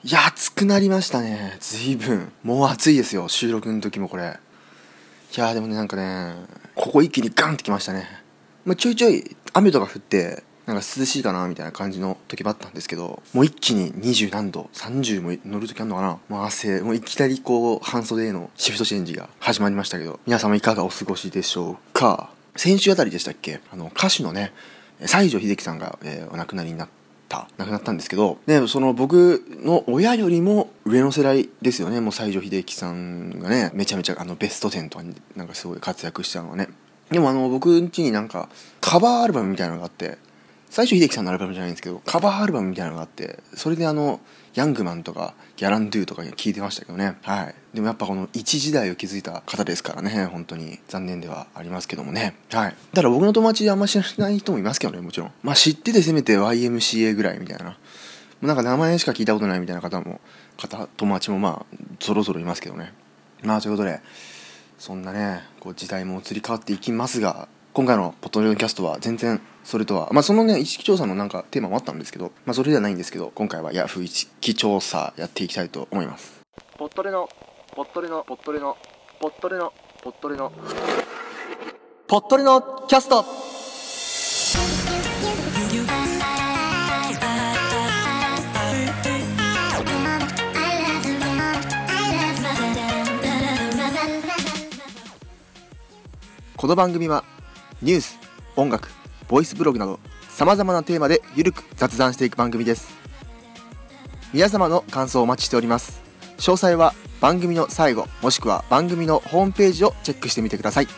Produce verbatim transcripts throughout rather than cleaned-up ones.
いや暑くなりましたね。随分もう暑いですよ、収録の時もこれ。いやでもね、なんかね、ここ一気にガンってきましたね。まあ、ちょいちょい雨とか降ってなんか涼しいかなみたいな感じの時もあったんですけど、もう一気ににじゅう何度さんじゅうも乗る時あるのかな。もう汗、もういきなりこう半袖へのシフトチェンジが始まりましたけど、皆様いかがお過ごしでしょうか。先週あたりでしたっけ、あの歌手のね西城秀樹さんが、えー、お亡くなりになって亡くなったんですけど、でその僕の親よりも上の世代ですよね。もう西城秀樹さんがね、めちゃめちゃあのベストテンとかになんかすごい活躍したのはね。でもあの僕ん家になんかカバーアルバムみたいなのがあって、西城秀樹さんのアルバムじゃないんですけどカバーアルバムみたいなのがあって、それであのヤングマンとかギャランドゥとか聞いてましたけどね。はい。でもやっぱこの一時代を築いた方ですからね、本当に残念ではありますけどもね。はい。ただ僕の友達であんま知らない人もいますけどね、もちろん。まあ知っててせめて ワイエムシーエー ぐらいみたいな。なんか名前しか聞いたことないみたいな方も、方、友達もまあぞろぞろいますけどね。まあということで、そんなね、こう時代も移り変わっていきますが、今回のポッドキャストは全然それとは、まあそのね、意識調査のなんかテーマもあったんですけど、まあそれではないんですけど、今回はヤフー意識調査やっていきたいと思います。ポットレの、ポットレの、ポットレの、ポットレの、ポットレの、ポットレのキャスト。この番組はニュース、音楽、ボイスブログなどさまざまなテーマでゆるく雑談していく番組です。皆様の感想をお待ちしております。詳細は番組の最後もしくは番組のホームページをチェックしてみてください。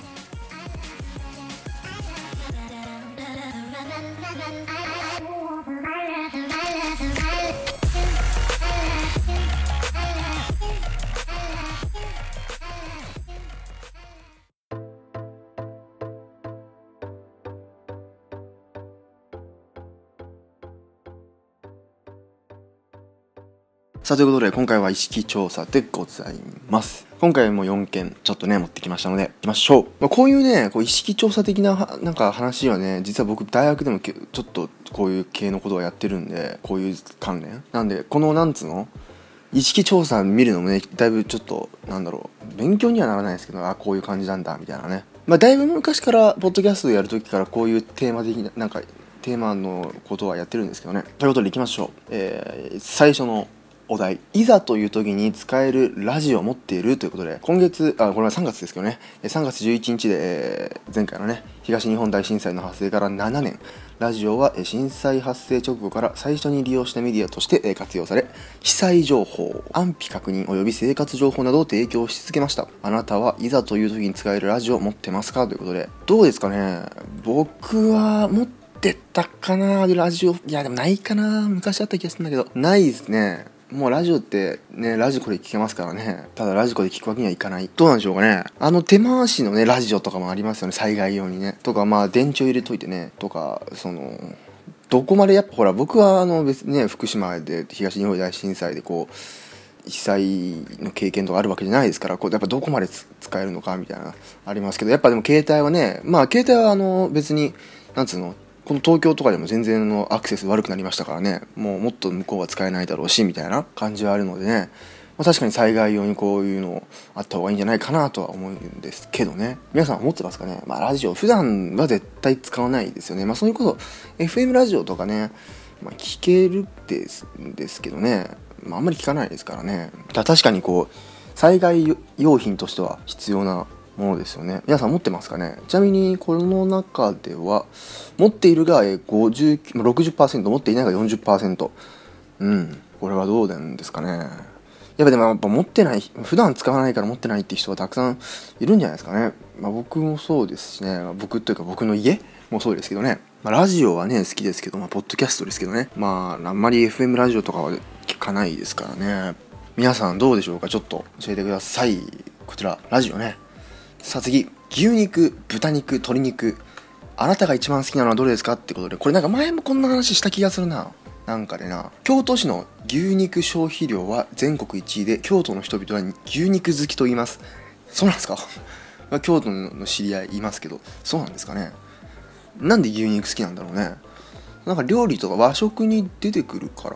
さあということで、今回は意識調査でございます。今回もよんけんちょっとね持ってきましたのでいきましょう。まあ、こういうねこう意識調査的ななんか話はね、実は僕大学でもちょっとこういう系のことをやってるんで、こういう関連なんで、このなんつうの意識調査見るのもね、だいぶちょっとなんだろう、勉強にはならないですけど、あこういう感じなんだみたいなね。まあだいぶ昔からポッドキャストをやるときからこういうテーマ的ななんかテーマのことはやってるんですけどね。ということでいきましょう。えー、最初のお題、いざという時に使えるラジオを持っているということで、今月あこれはさんがつですけどね、さんがつじゅういちにちで、えー、前回のね東日本大震災の発生からななねん、ラジオは震災発生直後から最初に利用したメディアとして活用され、被災情報、安否確認及び生活情報などを提供し続けました。あなたはいざという時に使えるラジオを持ってますかということで、どうですかね。僕は持ってたかなラジオ。いやでもないかな、昔あった気がするんだけどないですね。もうラジオってね、ラジコで聞けますからね。ただラジコで聞くわけにはいかない。どうなんでしょうかね。あの手回しのねラジオとかもありますよね、災害用にね。とかまあ電池を入れといてねとか、そのどこまでやっぱほら僕はあの別にね福島で東日本大震災でこう被災の経験とかあるわけじゃないですから、こうやっぱどこまで使えるのかみたいなありますけど、やっぱでも携帯はね、まあ携帯はあの別になんつうの、この東京とかでも全然のアクセス悪くなりましたからね、もうもっと向こうは使えないだろうしみたいな感じはあるのでね、まあ、確かに災害用にこういうのあった方がいいんじゃないかなとは思うんですけどね。皆さん思ってますかね。まあラジオ普段は絶対使わないですよね。まあそういうこと エフエム ラジオとかね、まあ、聞けるですですけどね、まあ、あんまり聞かないですからね。だから確かにこう災害用品としては必要なものですよね。皆さん持ってますかね。ちなみにこの中では持っているがごじゅう、ろくじゅっパーセント、持っていないが よんじゅっパーセント。うん、これはどうなんですかね。やっぱでもやっぱ持ってない、普段使わないから持ってないって人がたくさんいるんじゃないですかね。まあ僕もそうですしね、僕というか僕の家もそうですけどね。まあ、ラジオはね好きですけど、まあポッドキャストですけどね。まああんまり エフエム ラジオとかは聞かないですからね。皆さんどうでしょうか。ちょっと教えてください。こちらラジオね。さあ次、牛肉、豚肉、鶏肉、あなたが一番好きなのはどれですかってことで、これなんか前もこんな話した気がするな。なんかでな、京都市の牛肉消費量は全国いちいで、京都の人々は牛肉好きと言います。そうなんですかまあ京都の知り合いいますけど、そうなんですかね。なんで牛肉好きなんだろうね。なんか料理とか和食に出てくるから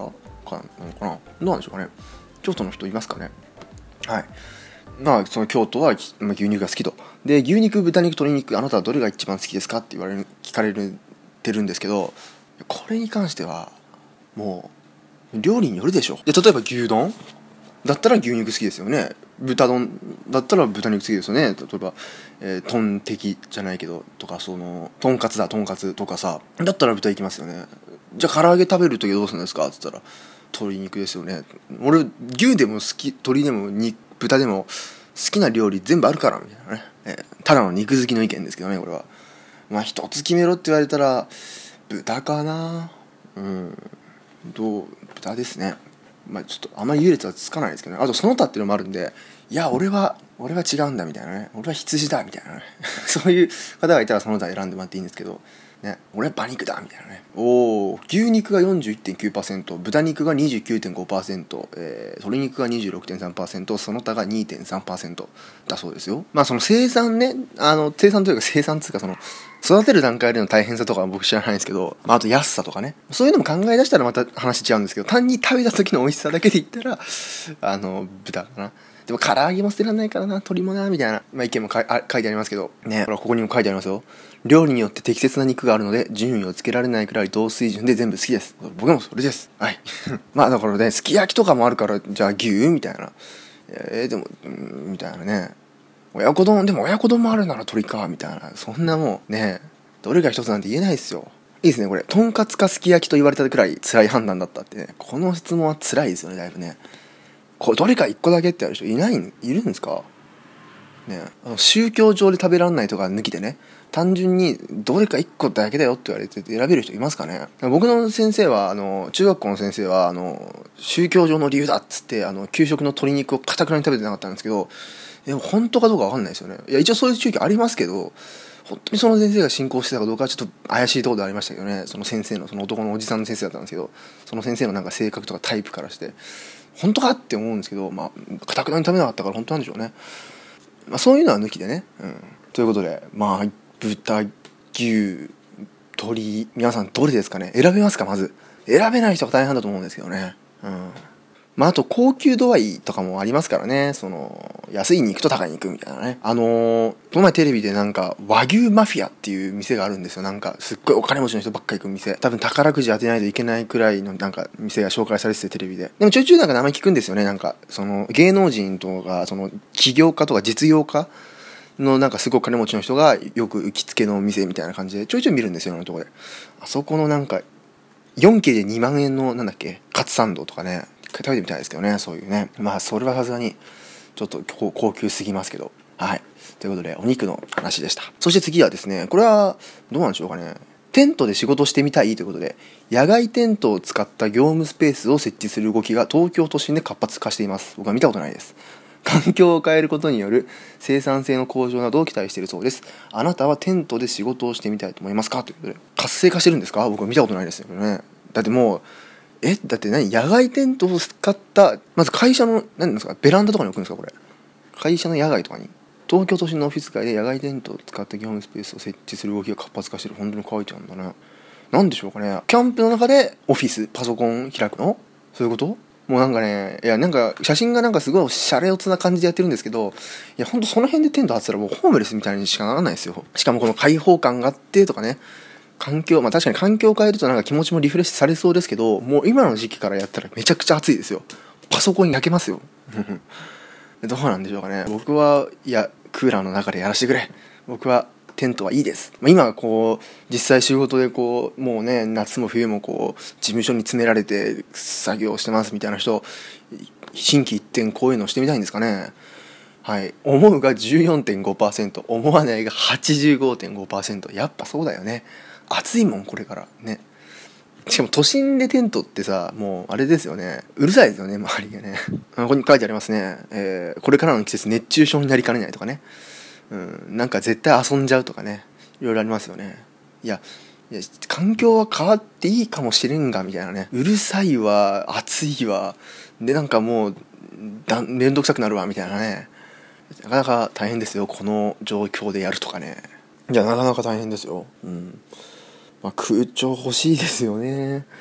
かなのかな、どうなんでしょうかね。京都の人いますかね。はい。まあその京都は牛肉が好きと。で牛肉、豚肉、鶏肉、あなたはどれが一番好きですかって言われる聞かれてるんですけど、これに関してはもう料理によるでしょ。で例えば牛丼だったら牛肉好きですよね。豚丼だったら豚肉好きですよね。例えば、えー、トンテキじゃないけどとか、そのとんかつだとんかつとかさ、だったら豚いきますよね。じゃあ唐揚げ食べるときどうするんですかって言ったら鶏肉ですよね。俺牛でも好き、鶏でも肉豚でも好きな料理全部あるからみたいなね、えー、ただの肉好きの意見ですけどね、これは。まあ一つ決めろって言われたら豚かな。うんどう豚ですね。まあちょっとあんまり優劣はつかないですけどね。あとその他っていうのもあるんで、いや俺は俺は違うんだみたいなね、俺は羊だみたいなねそういう方がいたらその他選んでもらっていいんですけどね、俺は馬肉だみたいなね。おお、牛肉が よんじゅういってんきゅうパーセント、 豚肉が にじゅうきゅうてんごパーセント、えー、鶏肉が にじゅうろくてんさんパーセント、 その他が にてんさんパーセント だそうですよ。まあその生産ね、あの生産というか生産というかその育てる段階での大変さとかは僕知らないんですけど、まあ、あと安さとかね、そういうのも考え出したらまた話違うんですけど、単に食べた時の美味しさだけで言ったらあの豚かな。でも唐揚げも捨てらんないからな、鶏もなみたいな、まあ、意見もかあ書いてありますけどね。これここにも書いてありますよ。料理によって適切な肉があるので順位をつけられないくらい同水準で全部好きです。僕もそれです。はいまあだからね、すき焼きとかもあるからじゃあ牛みたいな、えー、でもうんみたいなね。親子丼でも親子丼もあるなら鶏かみたいな、そんなもうねどれが一つなんて言えないですよ。いいですねこれ。とんかつかすき焼きと言われたくらい辛い判断だったってね。この質問は辛いですよね、だいぶね。これどれか一個だけってある人いないいるんですかね。あの宗教上で食べられないとか抜きでね、単純にどれか一個だけだよって言われて選べる人いますかね。僕の先生はあの中学校の先生はあの宗教上の理由だっつってあの給食の鶏肉をかたくなに食べてなかったんですけど、でも本当かどうか分かんないですよね。いや一応そういう宗教ありますけど、本当にその先生が信仰してたかどうかはちょっと怪しいところでありましたけどね。その先生のその男のおじさんの先生だったんですけど、その先生のなんか性格とかタイプからして本当かって思うんですけど、まあかたくなに食べなかったから本当なんでしょうね。まあそういうのは抜きでね、うん、ということでまあ豚、牛、鶏、皆さんどれですかね。選べますか。まず選べない人が大変だと思うんですけどね。うんまああと高級度合いとかもありますからね。その安い肉と高い肉みたいなね。あのー、この前テレビでなんか和牛マフィアっていう店があるんですよ。なんかすっごいお金持ちの人ばっかり行く店、多分宝くじ当てないといけないくらいのなんか店が紹介されててテレビで。でもちょいちょいなんか名前聞くんですよね。なんかその芸能人とかその起業家とか実業家のなんかすごい金持ちの人がよく行きつけの店みたいな感じでちょいちょい見るんですよ、あのとこで。あそこのなんか よんケー でにまん円のなんだっけカツサンドとかね、食べてみたいですけどね。そういうね、まあそれはさすがにちょっと高級すぎますけど。はい、ということでお肉の話でした。そして次はですね、これはどうなんでしょうかね。テントで仕事してみたいということで、野外テントを使った業務スペースを設置する動きが東京都心で活発化しています。僕は見たことないです。環境を変えることによる生産性の向上などを期待しているそうです。あなたはテントで仕事をしてみたいと思いますかということで、活性化してるんですか。僕は見たことないですよね。だってもうえだって何、野外テントを使ったまず会社の何ですかベランダとかに置くんですか。これ会社の野外とかに、東京都心のオフィス街で野外テントを使った業務スペースを設置する動きが活発化してる。本当に書いてあるんだね。なんでしょうかね。キャンプの中でオフィスパソコン開くの、そういうこと。もうなんかね、いやなんか写真がなんかすごいシャレオツな感じでやってるんですけど、いやほんとその辺でテント張ってたらもうホームレスみたいにしかならないですよ。しかもこの開放感があってとかね、環境、まあ確かに環境を変えるとなんか気持ちもリフレッシュされそうですけど、もう今の時期からやったらめちゃくちゃ暑いですよ。パソコン焼けますよどうなんでしょうかね。僕はいやクーラーの中でやらせてくれ、僕はテントはいいです。まあ、今こう実際仕事でこうもうね夏も冬もこう事務所に詰められて作業してますみたいな人、心機一転こういうのしてみたいんですかね。はい、思うが じゅうよんてんごパーセント、 思わないが はちじゅうごてんごパーセント。 やっぱそうだよね。暑いもんこれからね。しかも都心でテントってさ、もうあれですよね、うるさいですよね周りがねここに書いてありますね、えー、これからの季節熱中症になりかねないとかね、うん、なんか絶対遊んじゃうとかね、いろいろありますよね。いやいや環境は変わっていいかもしれんがみたいなね。うるさいわ暑いわでなんかもうだめんどくさくなるわみたいなね。なかなか大変ですよこの状況でやるとかね。いやなかなか大変ですよ。うんまあ、空調欲しいですよね。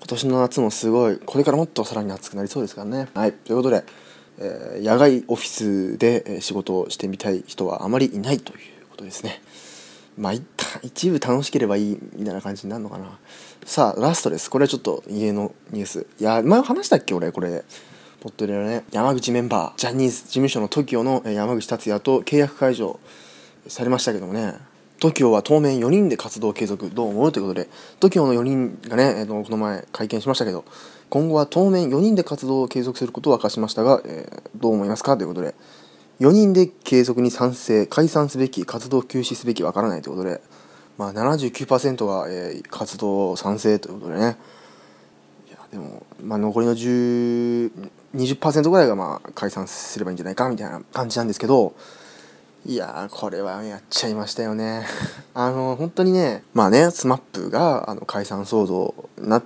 今年の夏もすごい、これからもっとさらに暑くなりそうですからね。はい、ということで、えー、野外オフィスで仕事をしてみたい人はあまりいないということですね。まあ一部楽しければいいみたいな感じになるのかな。さあラストです。これはちょっと家のニュース。いや前話したっけ俺これポッドでね、山口メンバージャニーズ事務所の トキオ の山口達也と契約解除されましたけどもね、トキオ は当面よにんで活動継続どう思うということで、 トキオ のよにんがね、えー、とこの前会見しましたけど、今後は当面よにんで活動を継続することを明かしましたが、えー、どう思いますかということで、よにんで継続に賛成、解散すべき、活動休止すべき、わからないということで、まあ、ななじゅうきゅうパーセント が、えー、活動賛成ということでね。いやでも、まあ、残りのじゅう、にじゅっパーセント ぐらいがまあ解散すればいいんじゃないかみたいな感じなんですけど、いやーこれはやっちゃいましたよねあの本当にね、まあね、スマップがあの解散騒動になって、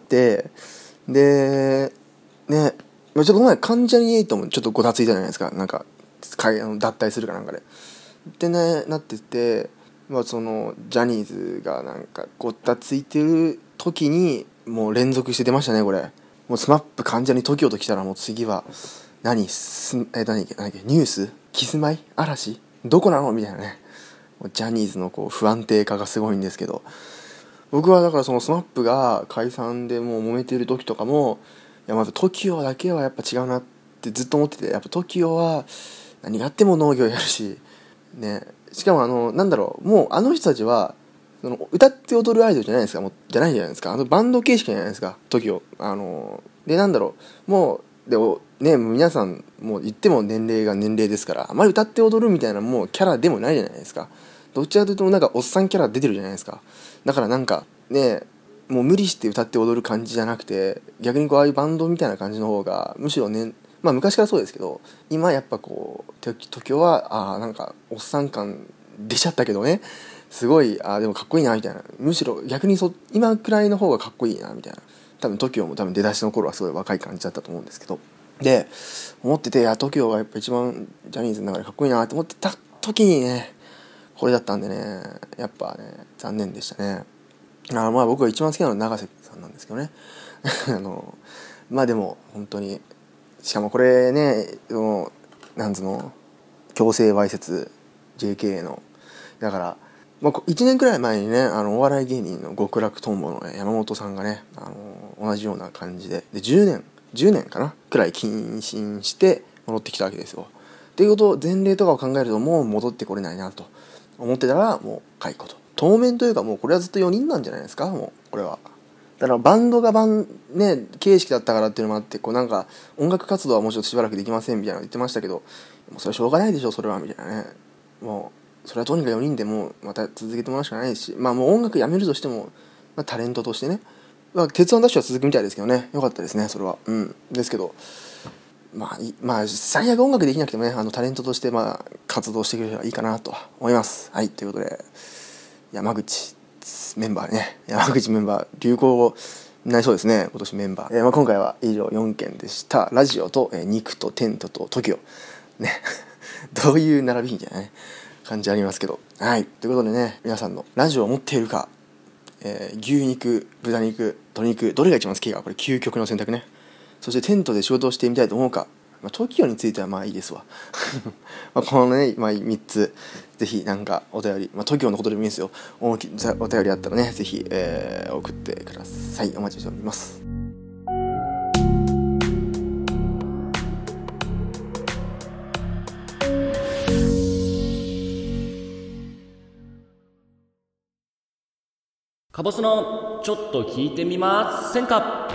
でね、ちょっと前関ジャニエイトもちょっとごたついたじゃないですか、なんか脱退するかなんかでってねなってて、まあ、そのジャニーズがなんかごたついてる時にもう連続して出ましたねこれ。もうスマップ関ジャニ トキオ ときたらもう次は何すえ何何ニュースキスマイ嵐どこなのみたいなね、ジャニーズのこう不安定化がすごいんですけど、僕はだからそのスマップが解散でもう揉めてる時とかも、いやまず トキオ だけはやっぱ違うなってずっと思ってて、やっぱ トキオ は何があっても農業やるしね、しかもあのなんだろう、もうあの人たちはその歌って踊るアイドルじゃないですか、もうじゃないじゃないですか、あのバンド形式じゃないですか トキオ。 あのでなんだろう、もうでね、皆さんもう言っても年齢が年齢ですから、あまり歌って踊るみたいなもうキャラでもないじゃないですか。どちらかというとなんかおっさんキャラ出てるじゃないですか。だからなんかね、もう無理して歌って踊る感じじゃなくて、逆にこうああいうバンドみたいな感じの方がむしろね、まあ昔からそうですけど、今やっぱこう トキオ はああなんかおっさん感出ちゃったけどね、すごいあでもかっこいいなみたいな、むしろ逆にそ今くらいの方がかっこいいなみたいな。多分 トキオ も多分出だしの頃はすごい若い感じだったと思うんですけど、で思ってて、いや トキオ がやっぱ一番ジャニーズの中でかっこいいなと思ってた時にね、これだったんでね、やっぱね残念でしたね。あまあ僕が一番好きなのは永瀬さんなんですけどねあのまあでも本当に、しかもこれね、なんつうの強制わいせつ ジェーケー のだから、まあ、いちねんくらい前にね、あのお笑い芸人の極楽とんぼの、ね、山本さんがね、あの同じような感じででじゅうねんじゅうねんかなくらい謹慎して戻ってきたわけですよ。っていうことを前例とかを考えると、もう戻ってこれないなと思ってたら、もう解雇と、当面というかもうこれはずっとよにんなんじゃないですか、もうこれは。だからバンドがバンね形式だったからっていうのもあって、こうなんか音楽活動はもうちょっとしばらくできませんみたいなの言ってましたけど、もうそれはしょうがないでしょそれはみたいなね。もうそれはとにかくよにんでもうまた続けてもらうしかないし、まあもう音楽やめるとしても、まあ、タレントとしてね、まあ、鉄腕ダッシュは続くみたいですけどね、よかったですねそれは。うんですけど、まあ、まあ最悪音楽できなくてもね、あのタレントとしてまあ活動してくれればいいかなと思います。はい、ということで山口メンバーね、山口メンバー流行になりそうですね今年メンバー、えーまあ、今回は以上よんけんでした。ラジオと、えー、肉とテントと トキオ ねどういう並びみたいなね感じありますけど、はいということでね、皆さんのラジオを持っているか、えー、牛肉豚肉鶏肉どれが一番好きか、これ究極の選択ね。そしてテントで仕事をしてみたいと思うか、まあ、トキオについてはまあいいですわまあこのね、まあ、みっつぜひなんかお便り、まあ、トキオのことでもいいですよ、おお便りあったらねぜひ、えー、送ってください。お待ちしております。 カボスのちょっと聞いてみませんか。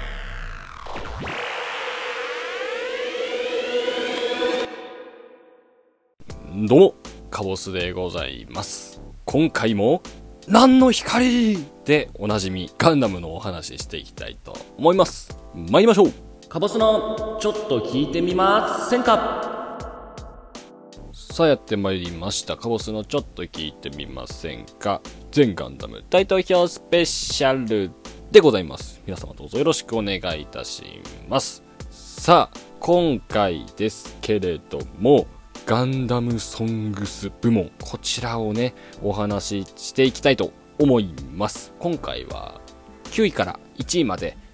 どうもカボスでございます。今回も何の光でおなじみガンダムのお話ししていきたいと思います。参りましょう。カボスのちょっと聞いてみませんか。さあやってまいりました。カボスのちょっと聞いてみませんか。全ガンダム大投票スペシャルでございます。皆様どうぞよろしくお願いいたします。さあ今回ですけれども、ガンダムソングス部門、こちらをねお話ししていきたいと思います。今回はきゅういからいちいまで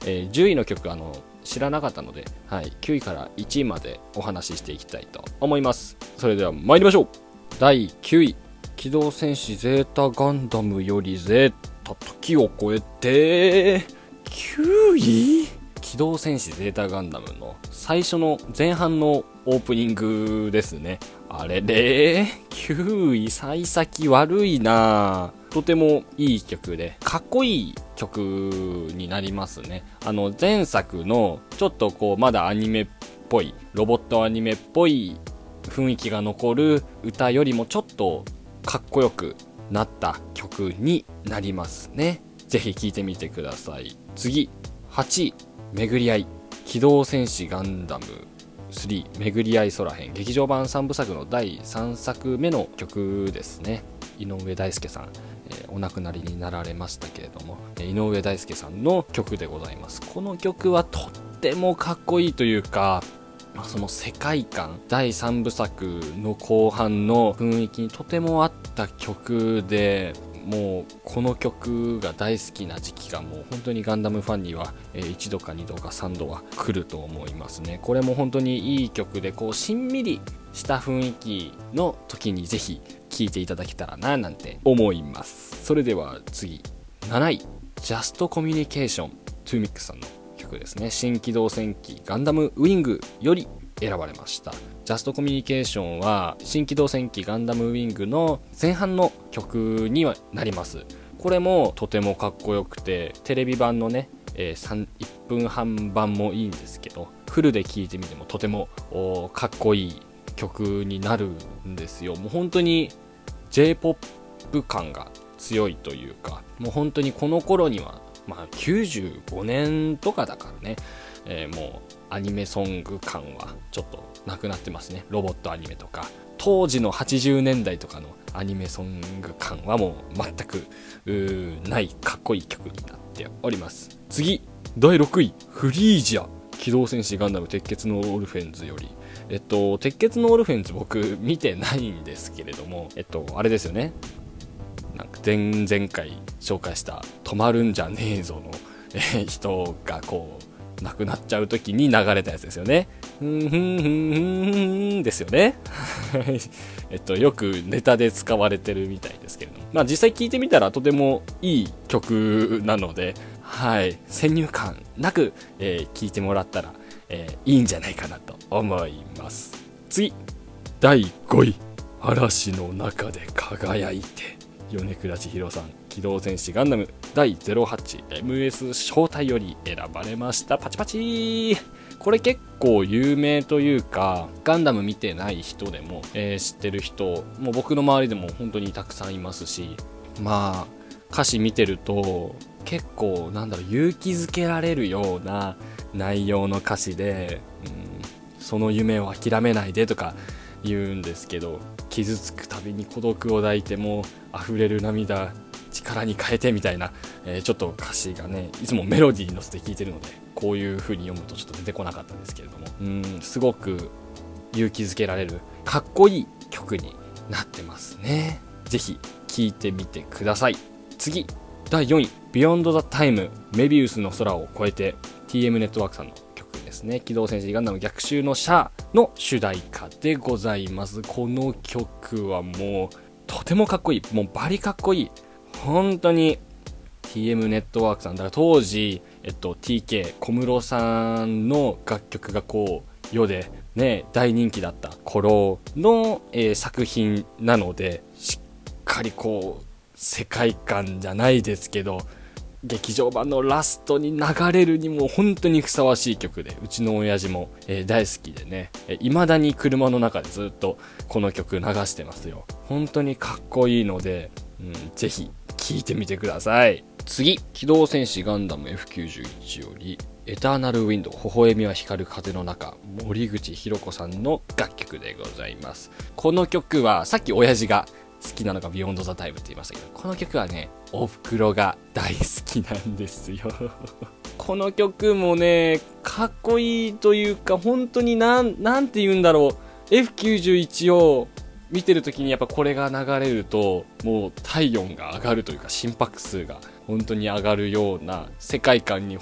えー、じゅういの曲あの知らなかったので、はい、きゅういからいちいまでお話ししていきたいと思います。それでは参りましょう。だいきゅうい、機動戦士ゼータガンダムよりゼータ時を超えてきゅうい、機動戦士ゼータガンダムの最初の前半のオープニングですね。あれれきゅうい、幸先悪いな。とてもいい曲でかっこいい曲になりますね。あの前作のちょっとこうまだアニメっぽい、ロボットアニメっぽい雰囲気が残る歌よりもちょっとかっこよくなった曲になりますね。ぜひ聴いてみてください。次、はちい、巡り合い、機動戦士ガンダムスリー巡り合い空編、劇場版さんぶさくのだいさんさくめの曲ですね。井上大輔さん、えー、お亡くなりになられましたけれども、えー、井上大輔さんの曲でございます。この曲はとってもかっこいいというか、その世界観、だいさんぶさくの後半の雰囲気にとても合った曲で、もうこの曲が大好きな時期がもう本当にガンダムファンには、えー、いちどかにどかさんどは来ると思いますね。これも本当にいい曲で、こうしんみりした雰囲気の時にぜひ聴いていただけたらななんて思います。それでは次、なない、ジャストコミュニケーション、トゥーミックさんの曲ですね。新機動戦記ガンダムウィングより選ばれました。ジャストコミュニケーションは新機動戦記ガンダムウィングの前半の曲にはなります。これもとてもかっこよくて、テレビ版のね、えー、いっぷんはん版もいいんですけど、フルで聴いてみてもとてもかっこいい曲になるんですよ。もう本当に ジェイポップ 感が強いというか、もう本当にこの頃にはまあきゅうじゅうごねんとかだからね、えー、もうアニメソング感はちょっとなくなってますね。ロボットアニメとか当時のはちじゅうねんだいとかのアニメソング感はもう全くうないかっこいい曲になっております。次、だいろくい、フリージャ、機動戦士ガンダム鉄血のオルフェンズより、えっと鉄血のオルフェンズ僕見てないんですけれども、えっとあれですよね、なんか前々回紹介した止まるんじゃねえぞの、えー、人がこう亡くなっちゃう時に流れたやつですよね。ふんふんふんふんふんですよね。えっとよくネタで使われてるみたいですけれども、まあ実際聞いてみたらとてもいい曲なので、はい、先入観なく、えー、聞いてもらったら、えー、いいんじゃないかなと思います。次、だいごい、嵐の中で輝いて、米倉千尋さん、機動戦士ガンダムだいゼロはち エムエス 招待より選ばれました。パチパチ。これ結構有名というか、ガンダム見てない人でも、えー、知ってる人もう僕の周りでも本当にたくさんいますし、まあ歌詞見てると結構なんだろう、勇気づけられるような内容の歌詞で、うん、その夢を諦めないでとか言うんですけど、傷つくたびに孤独を抱いても溢れる涙力に変えてみたいな、えー、ちょっと歌詞がね、いつもメロディーに乗せて聴いてるのでこういう風に読むとちょっと出てこなかったんですけれども、うん、すごく勇気づけられるかっこいい曲になってますね。ぜひ聴いてみてください。次、だいよんい、ビヨンドザタイム、メビウスの空を越えて、 ティーエム ネットワークさんの曲ですね。機動戦士ガンダム逆襲のシャアの主題歌でございます。この曲はもうとてもかっこいい、もうバリかっこいい、本当に ティーエム ネットワークさんだから、当時、えっと、ティーケー 小室さんの楽曲がこう世でね大人気だった頃の、えー、作品なので、しっかりこう世界観じゃないですけど劇場版のラストに流れるにも本当にふさわしい曲で、うちの親父も、えー、大好きでね、えー、未だに車の中でずっとこの曲流してますよ。本当にかっこいいので、うん、ぜひ聴いてみてください。次、機動戦士ガンダム エフきゅうじゅういち よりエターナルウィンド、微笑みは光る風の中、森口博子さんの楽曲でございます。この曲はさっき親父が好きなのがビヨンドザタイムって言いましたけど、この曲はね、おふくろが大好きなんですよ。この曲もね、かっこいいというか、本当になん、なんて言うんだろう。エフきゅうじゅういち を見てるときにやっぱこれが流れると、もう体温が上がるというか、心拍数が本当に上がるような世界観に本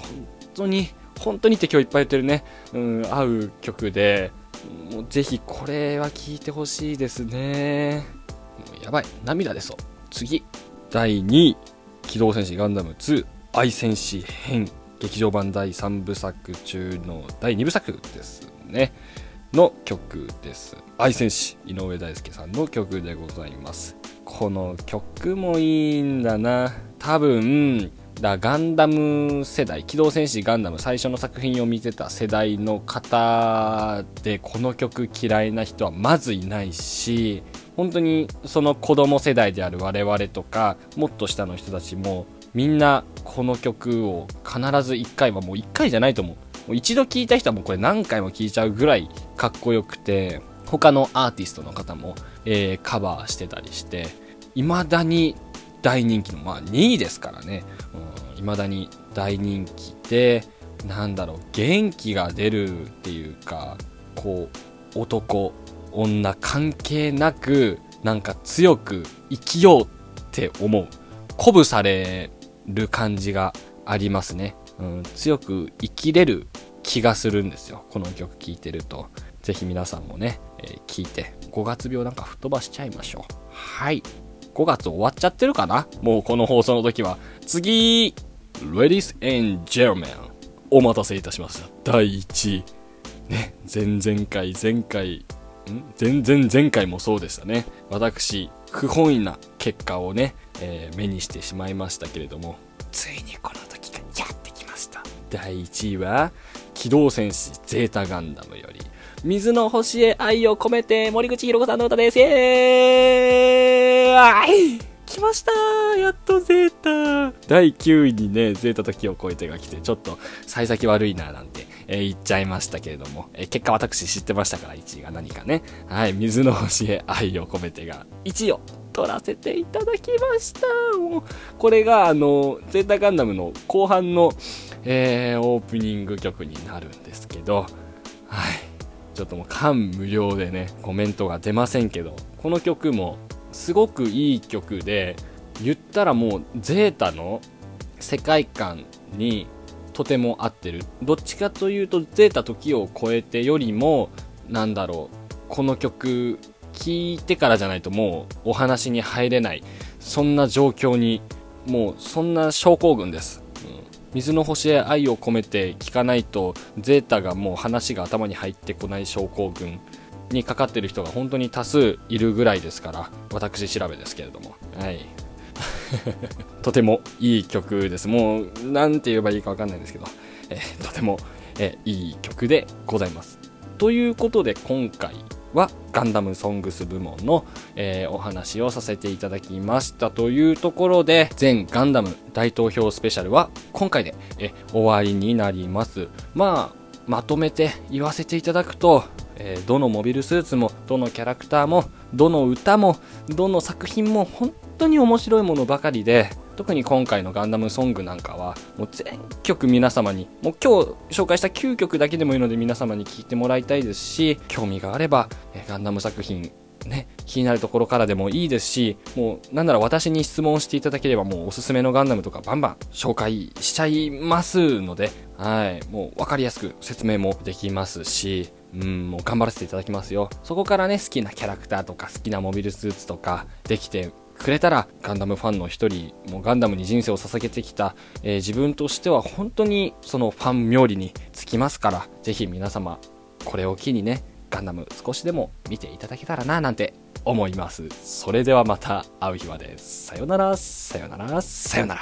当に本当にって今日いっぱい言ってるね、うん、合う曲で、もうぜひこれは聴いてほしいですね。もうやばい、涙出そう。次だいにい、機動戦士ガンダムツー愛戦士編劇場版だいさんぶ作中のだいにぶ作ですねの曲です。愛戦士、井上大輔さんの曲でございます。この曲もいいんだな。多分だガンダム世代、機動戦士ガンダム最初の作品を見てた世代の方でこの曲嫌いな人はまずいないし、本当にその子供世代である我々とかもっと下の人たちもみんなこの曲を必ずいっかいは、もういっかいじゃないと思う、もう一度聴いた人はもうこれ何回も聴いちゃうぐらいかっこよくて、他のアーティストの方も、えー、カバーしてたりして未だに大人気の、まあにいですからね、うん、未だに大人気で、なんだろう、元気が出るっていうか、こう男女関係なくなんか強く生きようって思う、鼓舞される感じがありますね、うん、強く生きれる気がするんですよ、この曲聴いてると。ぜひ皆さんもね、えー、聴いてごがつ病なんか吹っ飛ばしちゃいましょう。はい、ごがつ終わっちゃってるかな、もうこの放送の時は。次 Ladies and Gentlemen、 お待たせいたしました。だいいちいね、前々回前回ん前々前回もそうでしたね。私不本意な結果をね、えー、目にしてしまいましたけれども、ついにこの時がやってきました。だいいちいは機動戦士ゼータガンダムより水の星へ愛を込めて、森口博子さんの歌です。イエーイ、来ましたー、やっとゼータ。だいきゅういにね、ゼータ時を超えてが来て、ちょっと幸先悪いななんて、えー、言っちゃいましたけれども、えー、結果私知ってましたから、いちいが何かね。はい、水の星へ愛を込めてがいちいを取らせていただきました。もうこれがあのゼータガンダムの後半の、えー、オープニング曲になるんですけど、はい、ちょっともう感無量でね、コメントが出ませんけど、この曲もすごくいい曲で、言ったらもうゼータの世界観にとても合ってる。どっちかというとゼータ時を超えてよりも、なんだろう、この曲聴いてからじゃないともうお話に入れない、そんな状況に、もうそんな症候群です。水の星へ愛を込めて聞かないとゼータがもう話が頭に入ってこない症候群にかかってる人が本当に多数いるぐらいですから、私調べですけれども、はいとてもいい曲です。もうなんて言えばいいか分かんないんですけど、えー、とても、えー、いい曲でございます。ということで今回はガンダムソングス部門の、えー、お話をさせていただきましたというところで、全ガンダム大投票スペシャルは今回でえ終わりになります。まあまとめて言わせていただくと、えー、どのモビルスーツもどのキャラクターもどの歌もどの作品も本当に面白いものばかりで、特に今回のガンダムソングなんかはもう全曲皆様に、もう今日紹介したきゅうきょくだけでもいいので皆様に聴いてもらいたいですし、興味があればえガンダム作品ね、気になるところからでもいいですし、もうなんなら私に質問していただければもうおすすめのガンダムとかバンバン紹介しちゃいますので、はい、もう分かりやすく説明もできますし、うん、もう頑張らせていただきますよ。そこからね、好きなキャラクターとか好きなモビルスーツとかできてくれたら、ガンダムファンの一人、もうガンダムに人生を捧げてきた、えー、自分としては本当にそのファン冥利につきますから、ぜひ皆様これを機にね、ガンダム少しでも見ていただけたらななんて思います。それではまた会う日まで。さよなら、さよなら、さよなら。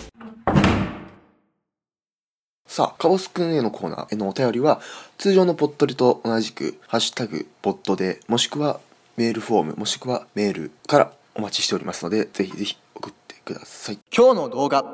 さあ、カボスくんへのコーナーへのお便りは、通常のポッドリと同じく、ハッシュタグ、ポッドで、もしくはメールフォーム、もしくはメールからお待ちしておりますので、ぜひぜひ送ってください。今日の動画。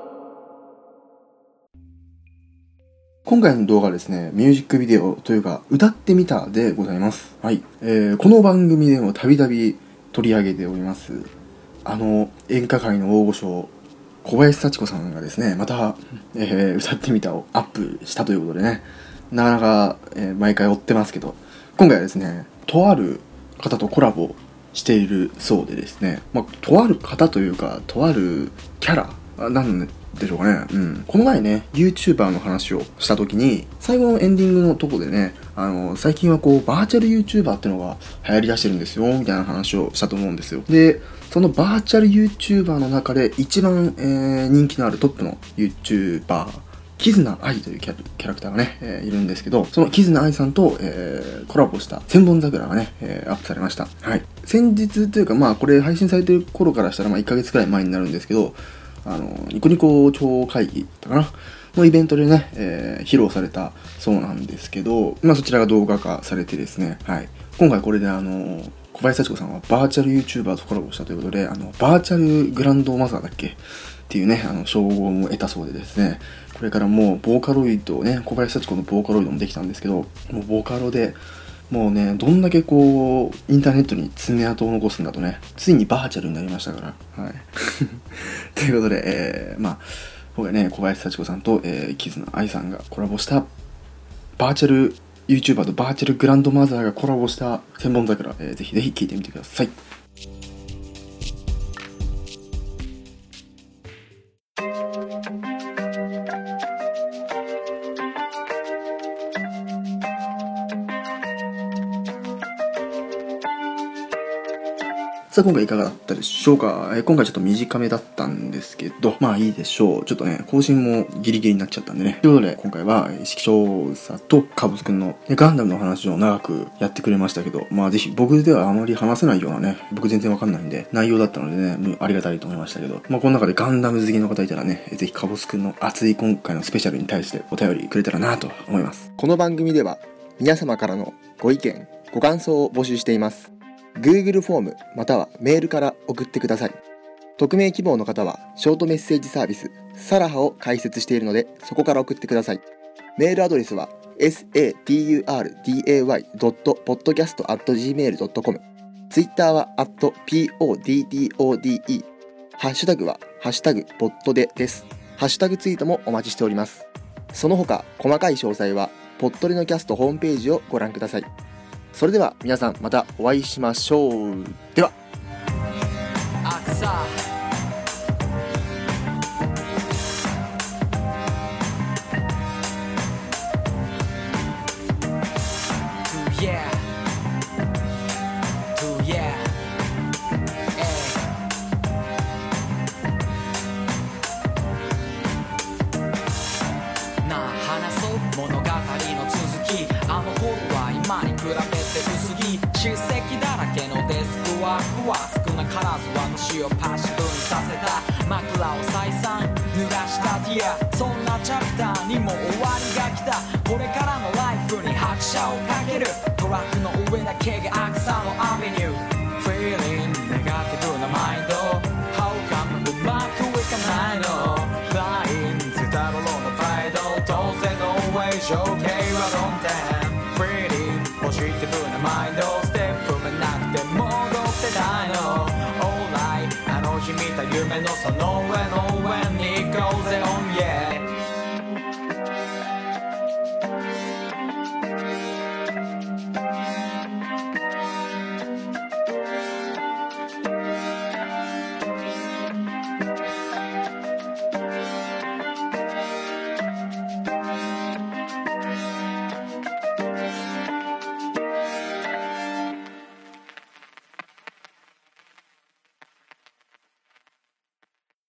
今回の動画はですね、ミュージックビデオというか、歌ってみたでございます。はい。えー、この番組でもたびたび取り上げております、あの演歌界の大御所、小林幸子さんがですね、また、えー、歌ってみたをアップしたということでね、なかなか、えー、毎回追ってますけど、今回はですね、とある方とコラボしているそうでですね、まあ、とある方というか、とあるキャラなんでしょうかね。うん。この前ね、YouTuber の話をした時に、最後のエンディングのとこでね、あの、最近はこう、バーチャル YouTuber ってのが流行り出してるんですよ、みたいな話をしたと思うんですよ。で、そのバーチャル YouTuber の中で一番、えー、人気のあるトップの YouTuber、キズナアイというキャラクターがね、えー、いるんですけど、そのキズナアイさんと、えー、コラボした千本桜がね、えー、アップされました。はい。先日というか、まあこれ配信されてる頃からしたら、まあいっかげつくらい前になるんですけど、あの、ニコニコ超会議だったかなのイベントでね、えー、披露されたそうなんですけど、まあそちらが動画化されてですね、はい。今回これであの、小林幸子さんはバーチャル YouTuber とコラボしたということで、あの、バーチャルグランドマザーだっけっていうね、あの、称号も得たそうでですね、これからもうボーカロイドね、小林幸子のボーカロイドもできたんですけど、もうボーカロで、もうね、どんだけこう、インターネットに爪痕を残すんだとね、ついにバーチャルになりましたから。はい。ということで、えー、まあ、今回ね、小林幸子さんと、えー、キズナアイさんがコラボした、バーチャル YouTuber とバーチャルグランドマザーがコラボした千本桜、えー、ぜひぜひ聴いてみてください。さあ今回いかがだったでしょうか、えー、今回ちょっと短めだったんですけど、まあいいでしょう。ちょっとね、更新もギリギリになっちゃったんでね。ということで、今回は意識調査とカブスくんの、ね、ガンダムの話を長くやってくれましたけど、まあぜひ僕ではあまり話せないようなね、僕全然わかんないんで、内容だったのでね、ありがたいと思いましたけど、まあこの中でガンダム好きの方いたらね、ぜひカブスくんの熱い今回のスペシャルに対してお便りくれたらなと思います。 この番組では皆様からのご意見、ご感想を募集しています。Google フォームまたはメールから送ってください。匿名希望の方はショートメッセージサービスサラハを開設しているので、そこから送ってください。メールアドレスは サラダイ ドットポッドキャストアットジーメールドットコム、 ツイッターは アットポッド、ハッシュタグはハッシュタグポッドでです。ハッシュタグツイートもお待ちしております。その他細かい詳細はポッドレのキャストホームページをご覧ください。それでは皆さんまたお会いしましょう。では。 物語の続き、あの頃は今に比べて薄着、叱責だらけのデスクワークは少なからず私をパッシブにさせた。枕を再三濡らしたディア、そんなチャプターにも終わりが来た。これからのライフに拍車をかける、トラックの上だけが草のアベニュー。 Feeling ネガティブなマインド、 How come うまくいかないの。 Flying ゼタロロのプライド、当然の上昇系は論点。